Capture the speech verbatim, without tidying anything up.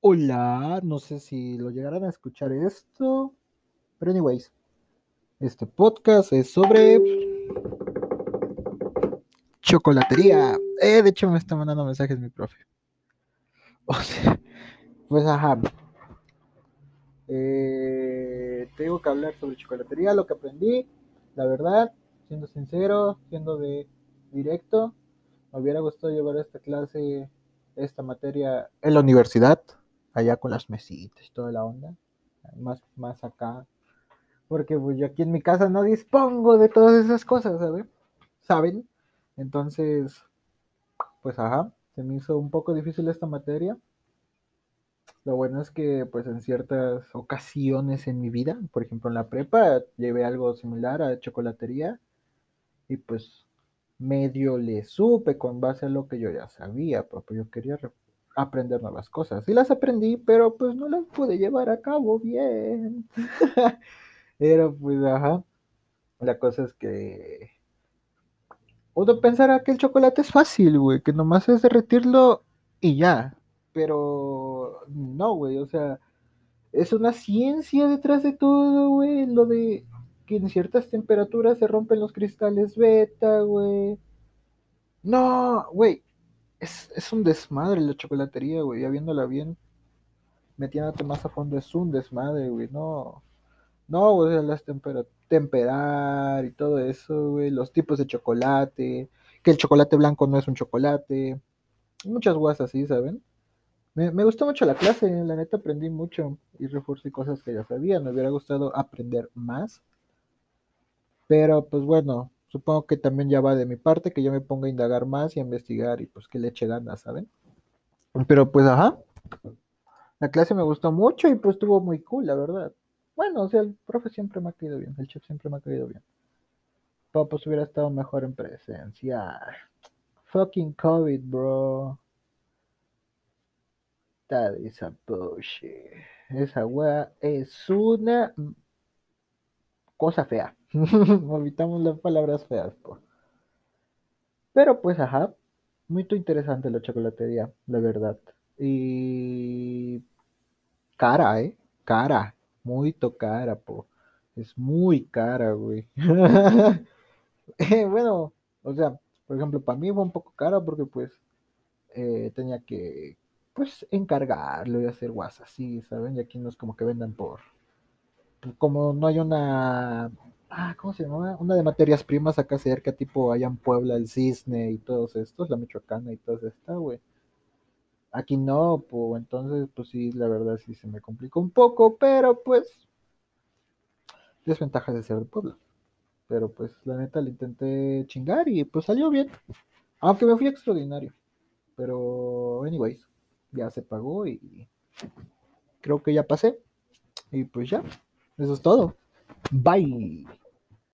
Hola, no sé si lo llegarán a escuchar esto, pero anyways, este podcast es sobre chocolatería. Eh, de hecho me está mandando mensajes mi profe. O sea, pues ajá. Eh, tengo que hablar sobre chocolatería, lo que aprendí, la verdad, siendo sincero, siendo de directo, me hubiera gustado llevar esta clase, esta materia en la universidad, allá con las mesitas y toda la onda, más, más acá. Porque pues yo aquí en mi casa no dispongo de todas esas cosas, ¿saben? ¿Saben? Entonces, pues ajá, se me hizo un poco difícil esta materia. Lo bueno es que pues en ciertas ocasiones en mi vida, por ejemplo en la prepa, llevé algo similar a chocolatería y pues medio le supe con base a lo que yo ya sabía, pero pues yo quería re- aprender nuevas cosas. Y las aprendí, pero pues no las pude llevar a cabo bien. Pero pues ajá, la cosa es que uno pensará que el chocolate es fácil, güey, que nomás es derretirlo y ya. Pero no, güey, o sea, es una ciencia detrás de todo, güey. Lo de que en ciertas temperaturas se rompen los cristales beta, güey. No, güey, es, es un desmadre la chocolatería, güey, ya viéndola bien, metiéndote más a fondo, es un desmadre, güey, no. No, o sea, las tempera- temperar y todo eso, güey, los tipos de chocolate, que el chocolate blanco no es un chocolate, muchas guas así, ¿saben? Me, me gustó mucho la clase, la neta aprendí mucho y reforcé cosas que ya sabía, me hubiera gustado aprender más, pero pues bueno, supongo que también ya va de mi parte, que yo me ponga a indagar más y a investigar y pues que le eche ganas, ¿saben? Pero pues ajá, la clase me gustó mucho y pues estuvo muy cool, la verdad. Bueno, o sea, el profe siempre me ha caído bien, el chef siempre me ha caído bien. Pero pues hubiera estado mejor en presencia. Fucking COVID, bro. That is a bullshit. Esa wea es una cosa fea. Evitamos las palabras feas, po. Pero pues, ajá. Muy interesante la chocolatería, la verdad. Y cara, ¿eh? Cara. Muy cara, po. Es muy cara, güey. Eh, bueno, o sea, por ejemplo, para mí fue un poco cara porque pues eh, tenía que pues encargarlo y hacer guas así, ¿saben? Y aquí no es como que vendan por, como no hay una, ah, ¿cómo se llama? Una de materias primas acá cerca, tipo allá en Puebla, el Cisne y todos estos, la Michoacana y todas estas, güey. Aquí no, pues entonces, pues sí, la verdad sí se me complicó un poco, pero pues desventajas de ser de Puebla. Pero pues la neta le intenté chingar y pues salió bien. Aunque me fui extraordinario. Pero, anyways, ya se pagó y creo que ya pasé. Y pues ya, eso es todo. Bye.